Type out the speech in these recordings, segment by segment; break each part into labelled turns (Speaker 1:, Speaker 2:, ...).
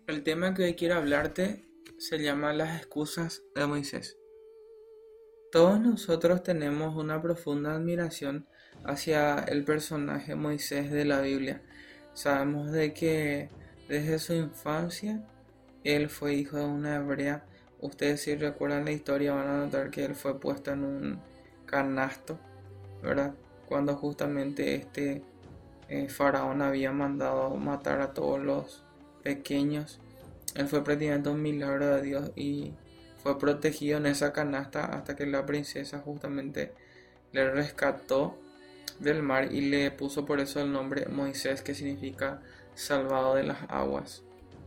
Speaker 1: El tema que hoy quiero hablarte se llama las excusas de Moisés. Todos nosotros tenemos una profunda admiración hacia el personaje Moisés de la Biblia. Sabemos de que desde su infancia él fue hijo de una hebrea. Ustedes si recuerdan la historia van a notar que él fue puesto en un canasto, ¿verdad? Cuando justamente faraón había mandado matar a todos los pequeños. Él fue prácticamente un milagro de Dios y fue protegido en esa canasta hasta que la princesa justamente le rescató del mar y le puso por eso el nombre Moisés, que significa salvado de las aguas.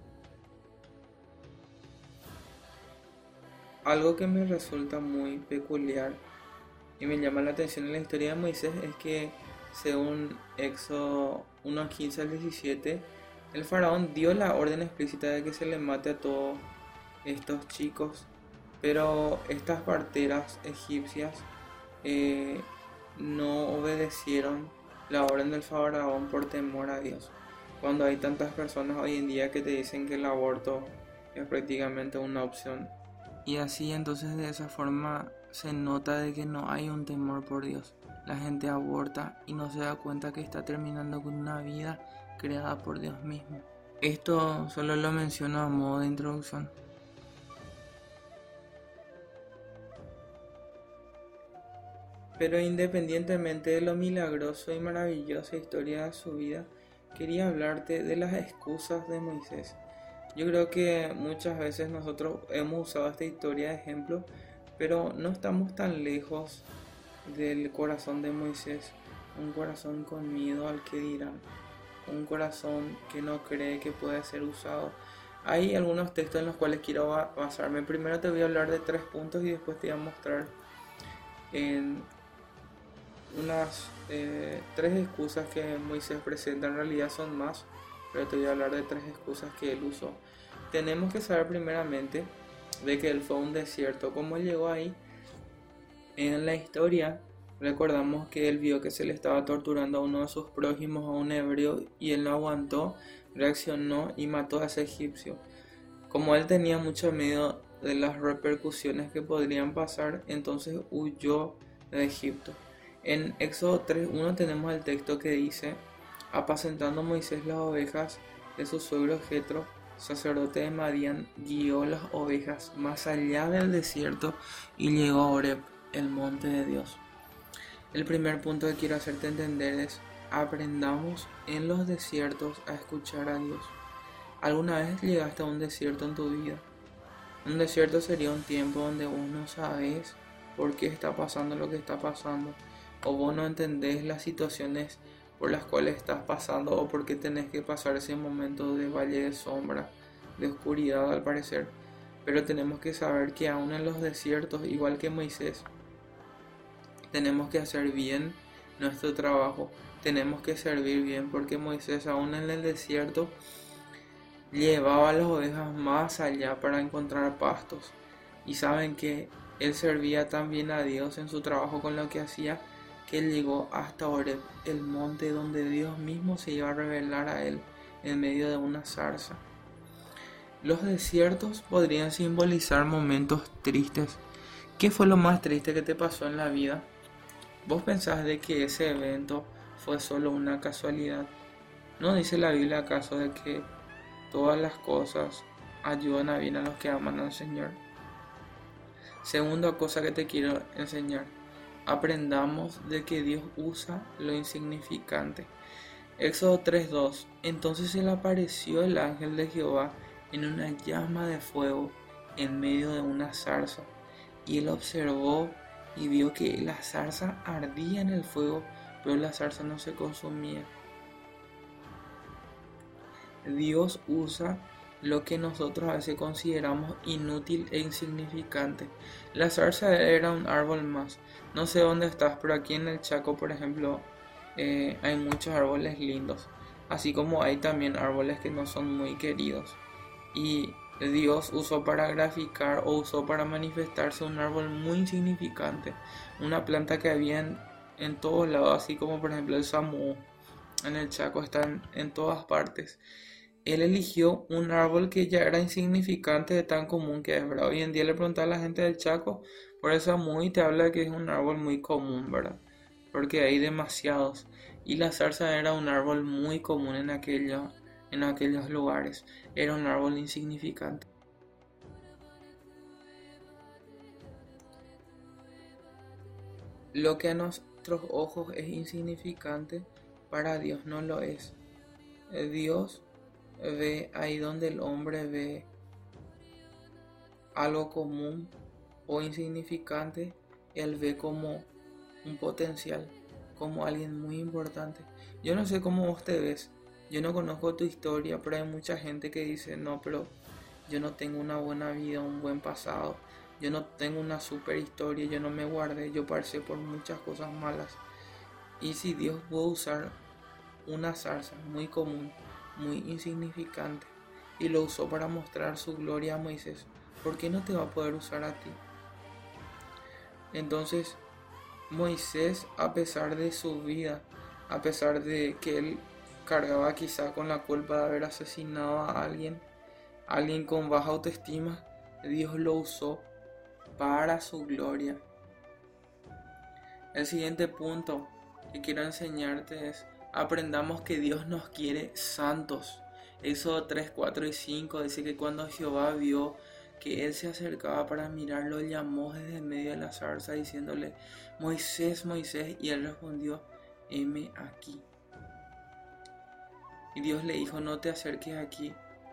Speaker 1: Algo que me resulta muy peculiar y me llama la atención en la historia de Moisés es que según Éxodo 1:15 al 17, el faraón dio la orden explícita de que se le mate a todos estos chicos, pero estas parteras egipcias eh, no obedecieron la orden del faraón por temor a Dios. Cuando hay tantas personas hoy en día que te dicen que el aborto es prácticamente una opción. Y así entonces de esa forma se nota de que no hay un temor por Dios. La gente aborta y no se da cuenta que está terminando con una vida creada por Dios mismo. Esto solo lo menciono a modo de introducción. Pero independientemente de lo milagroso y maravillosa historia de su vida, quería hablarte de las excusas de Moisés. Yo creo que muchas veces nosotros hemos usado esta historia de ejemplo, pero no estamos tan lejos del corazón de Moisés, un corazón con miedo al que dirán, un corazón que no cree que puede ser usado. Hay algunos textos en los cuales quiero basarme. Primero te voy a hablar de 3 puntos y después te voy a mostrar en unas 3 excusas que Moisés presenta. En realidad son más, pero te voy a hablar de 3 excusas que él usó. Tenemos que saber primeramente de que él fue a un desierto. ¿Cómo llegó ahí? En la historia recordamos que él vio que se le estaba torturando a uno de sus prójimos, a un hebreo, y él no aguantó, reaccionó y mató a ese egipcio. Como él tenía mucho miedo de las repercusiones que podrían pasar, entonces huyó de Egipto. En Éxodo 3:1 tenemos el texto que dice: apacentando Moisés las ovejas de su suegro Jetro, sacerdote de Madián, guió las ovejas más allá del desierto y llegó a Horeb, el monte de Dios. El primer punto que quiero hacerte entender es: aprendamos en los desiertos a escuchar a Dios. ¿Alguna vez llegaste a un desierto en tu vida? Un desierto sería un tiempo donde vos no sabes por qué está pasando lo que está pasando, o vos no entendés las situaciones por las cuales estás pasando, o por qué tenés que pasar ese momento de valle de sombra, de oscuridad al parecer. Pero tenemos que saber que aún en los desiertos, igual que Moisés, tenemos que hacer bien nuestro trabajo, tenemos que servir bien, porque Moisés aún en el desierto llevaba a las ovejas más allá para encontrar pastos. Y saben que él servía tan bien a Dios en su trabajo con lo que hacía, que él llegó hasta Horeb, el monte donde Dios mismo se iba a revelar a él en medio de una zarza. Los desiertos podrían simbolizar momentos tristes. ¿Qué fue lo más triste que te pasó en la vida? ¿Vos pensás de que ese evento fue solo una casualidad? ¿No dice la Biblia acaso de que todas las cosas ayudan a bien a los que aman al Señor? Segunda cosa que te quiero enseñar: aprendamos de que Dios usa lo insignificante. Éxodo 3:2. Entonces se le apareció el ángel de Jehová en una llama de fuego en medio de una zarza, y él observó y vio que la zarza ardía en el fuego, pero la zarza no se consumía. Dios usa lo que nosotros a veces consideramos inútil e insignificante. La zarza era un árbol más. No sé dónde estás, pero aquí en el Chaco, por ejemplo, hay muchos árboles lindos, así como hay también árboles que no son muy queridos. Y Dios usó para graficar o usó para manifestarse un árbol muy insignificante, una planta que había en todos lados, así como por ejemplo el samú en el Chaco, están en todas partes. Él eligió un árbol que ya era insignificante de tan común que es, ¿verdad? Hoy en día le preguntas a la gente del Chaco por esa muy te habla que es un árbol muy común, ¿verdad? Porque hay demasiados. Y la zarza era un árbol muy común en aquellos lugares. Era un árbol insignificante. Lo que a nuestros ojos es insignificante, para Dios no lo es. Dios ve ahí donde el hombre ve algo común o insignificante, Él ve como un potencial, como alguien muy importante. Yo no sé cómo vos te ves, yo no conozco tu historia, pero hay mucha gente que dice, no, pero yo no tengo una buena vida, un buen pasado, yo no tengo una super historia, yo no me guardé, yo pasé por muchas cosas malas. Y si Dios puede usar una zarza muy común, muy insignificante, y lo usó para mostrar su gloria a Moisés, ¿por qué no te va a poder usar a ti? Entonces, Moisés, a pesar de su vida, a pesar de que él cargaba quizá con la culpa de haber asesinado a alguien con baja autoestima, Dios lo usó para su gloria. El siguiente punto que quiero enseñarte es: aprendamos que Dios nos quiere santos. Éxodo 3, 4 y 5 dice que cuando Jehová vio que él se acercaba para mirarlo, llamó desde medio de la zarza diciéndole: Moisés, Moisés, y él respondió: heme aquí. Y Dios le dijo: no te acerques aquí,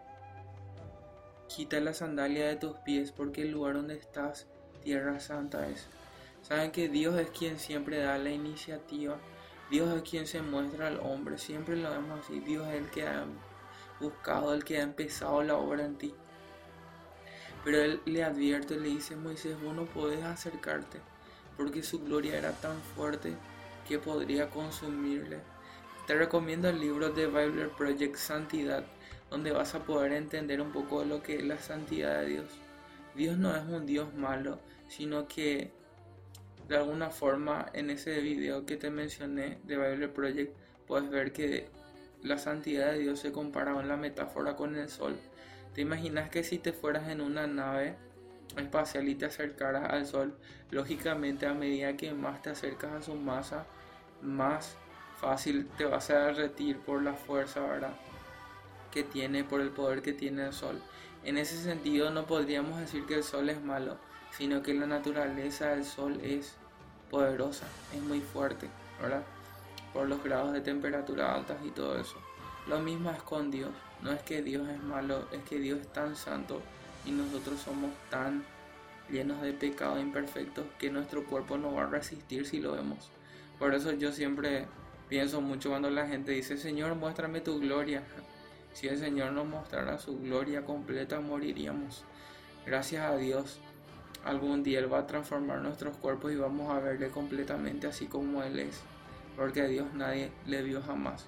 Speaker 1: quita la sandalia de tus pies, porque el lugar donde estás, tierra santa es. Saben que Dios es quien siempre da la iniciativa. Dios es quien se muestra al hombre. Siempre lo vemos así. Dios es el que ha buscado, el que ha empezado la obra en ti. Pero él le advierte, le dice: Moisés, vos no podés acercarte, porque su gloria era tan fuerte que podría consumirle. Te recomiendo el libro de Bible Project Santidad, donde vas a poder entender un poco de lo que es la santidad de Dios. Dios no es un Dios malo, sino que de alguna forma en ese video que te mencioné de Bible Project puedes ver que la santidad de Dios se compara en la metáfora con el sol. ¿Te imaginas que si te fueras en una nave espacial y te acercaras al sol, lógicamente a medida que más te acercas a su masa, más fácil te vas a derretir por la fuerza, ¿verdad?, que tiene, por el poder que tiene el sol? En ese sentido no podríamos decir que el sol es malo, sino que la naturaleza del sol es poderosa, es muy fuerte, ¿verdad?, por los grados de temperatura altas y todo eso. Lo mismo es con Dios. No es que Dios es malo, es que Dios es tan santo y nosotros somos tan llenos de pecado, imperfectos, que nuestro cuerpo no va a resistir si lo vemos. Por eso yo siempre pienso mucho cuando la gente dice: Señor, muéstrame tu gloria. Si el Señor nos mostrara su gloria completa, moriríamos. Gracias a Dios, algún día Él va a transformar nuestros cuerpos y vamos a verle completamente así como Él es, porque a Dios nadie le vio jamás.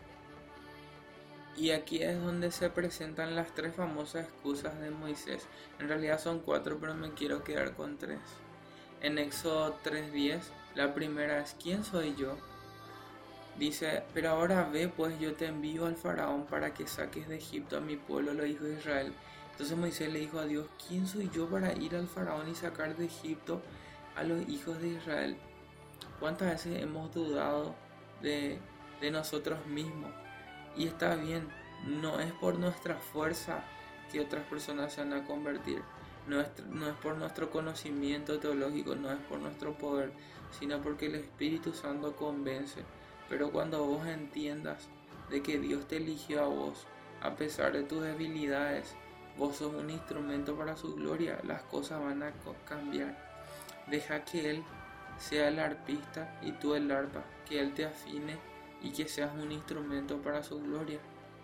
Speaker 1: Y aquí es donde se presentan las tres famosas excusas de Moisés. En realidad son cuatro, pero me quiero quedar con tres. En Éxodo 3:10, la primera es: ¿quién soy yo? Dice: pero ahora ve, pues yo te envío al faraón para que saques de Egipto a mi pueblo, los hijos de Israel. Entonces Moisés le dijo a Dios: ¿quién soy yo para ir al faraón y sacar de Egipto a los hijos de Israel? ¿Cuántas veces hemos dudado de nosotros mismos? Y está bien, no es por nuestra fuerza que otras personas se van a convertir, no es por nuestro conocimiento teológico, no es por nuestro poder, sino porque el Espíritu Santo convence. Pero cuando vos entiendas de que Dios te eligió a vos, a pesar de tus debilidades, vos sos un instrumento para su gloria, las cosas van a cambiar. Deja que Él sea el arpista y tú el arpa, que Él te afine y que seas un instrumento para su gloria.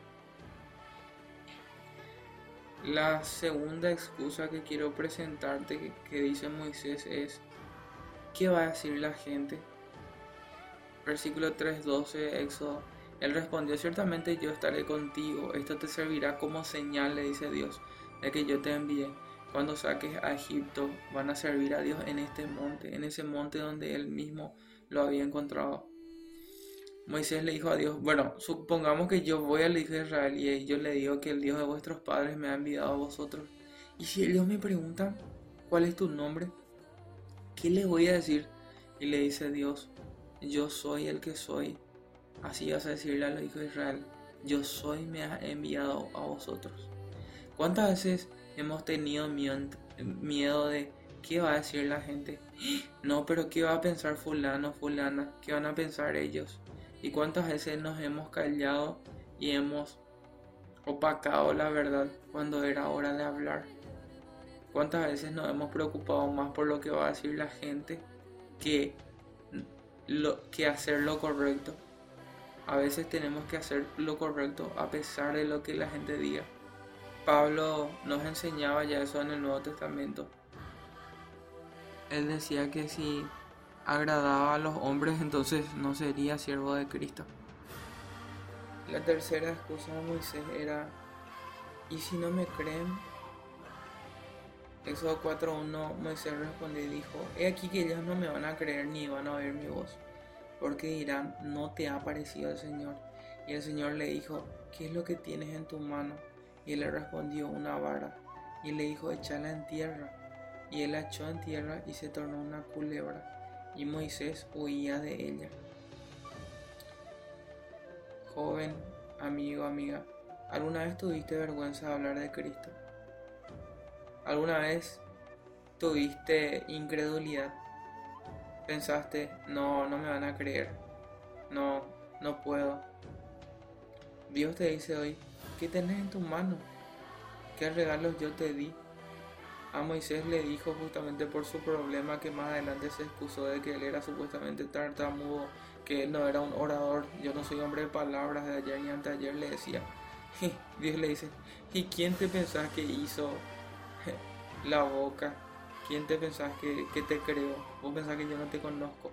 Speaker 1: La segunda excusa que quiero presentarte que dice Moisés es: ¿qué va a decir la gente? Versículo 3:12, Éxodo. Él respondió: ciertamente yo estaré contigo, esto te servirá como señal, le dice Dios, de que yo te envié. Cuando saques a Egipto, van a servir a Dios en este monte, en ese monte donde Él mismo lo había encontrado. Moisés le dijo a Dios, bueno, supongamos que yo voy al hijo de Israel y yo le digo que el Dios de vuestros padres me ha enviado a vosotros. Y si ellos me preguntan, ¿cuál es tu nombre? ¿Qué les voy a decir? Y le dice Dios, yo soy el que soy. Así vas a decirle a los hijos de Israel, yo soy, me ha enviado a vosotros. ¿Cuántas veces hemos tenido miedo de qué va a decir la gente? No, pero ¿qué va a pensar fulano, fulana? ¿Qué van a pensar ellos? ¿Y cuántas veces nos hemos callado y hemos opacado la verdad cuando era hora de hablar? ¿Cuántas veces nos hemos preocupado más por lo que va a decir la gente que, que hacer lo correcto? A veces tenemos que hacer lo correcto a pesar de lo que la gente diga. Pablo nos enseñaba ya eso en el Nuevo Testamento. Él decía que si agradaba a los hombres, entonces no sería siervo de Cristo. La tercera excusa de Moisés era, ¿y si no me creen? Éxodo 4:1, Moisés respondió y dijo, he aquí que ellos no me van a creer ni van a oír mi voz, porque dirán, no te ha parecido el Señor. Y el Señor le dijo, ¿qué es lo que tienes en tu mano? Y él le respondió, una vara. Y él le dijo, échala en tierra. Y él la echó en tierra y se tornó una culebra. Y Moisés huía de ella. Joven, amigo, amiga, ¿alguna vez tuviste vergüenza de hablar de Cristo? ¿Alguna vez tuviste incredulidad? Pensaste, no me van a creer. No puedo. Dios te dice hoy, ¿qué tenés en tu mano? ¿Qué regalos yo te di? A Moisés le dijo justamente por su problema que más adelante se excusó de que él era supuestamente tartamudo, que él no era un orador, yo no soy hombre de palabras, de ayer ni anteayer le decía. Y Dios le dice, ¿y quién te pensás que hizo la boca? ¿Quién te pensás que te creó? ¿Vos pensás que yo no te conozco?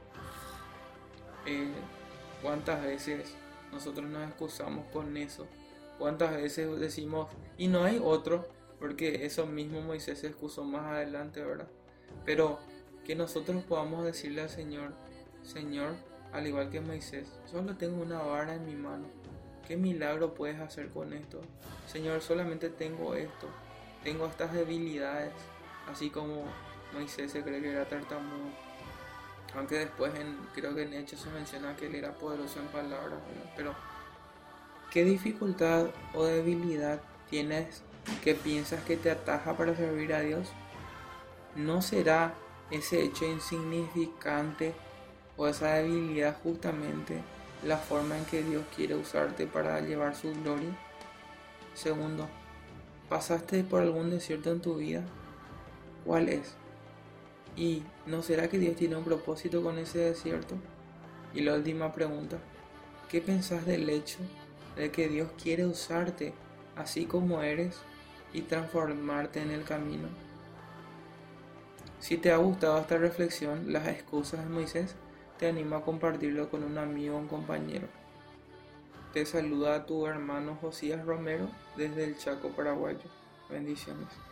Speaker 1: ¿Cuántas veces nosotros nos excusamos con eso? ¿Cuántas veces decimos, y no hay otro? Porque eso mismo Moisés se excusó más adelante, ¿verdad? Pero que nosotros podamos decirle al Señor, Señor, al igual que Moisés, solo tengo una vara en mi mano. ¿Qué milagro puedes hacer con esto? Señor, solamente tengo esto. Tengo estas debilidades. Así como Moisés se cree que era tartamudo. Aunque después creo que en Hechos se menciona que él era poderoso en palabras, ¿verdad? Pero ¿qué dificultad o debilidad tienes que piensas que te ataja para servir a Dios? ¿No será ese hecho insignificante o esa debilidad justamente la forma en que Dios quiere usarte para llevar su gloria? Segundo, ¿pasaste por algún desierto en tu vida? ¿Cuál es? ¿Y no será que Dios tiene un propósito con ese desierto? Y la última pregunta, ¿qué pensás del hecho de que Dios quiere usarte así como eres y transformarte en el camino? Si te ha gustado esta reflexión, las excusas de Moisés, te animo a compartirlo con un amigo o un compañero. Te saluda tu hermano Josías Romero desde el Chaco paraguayo. Bendiciones.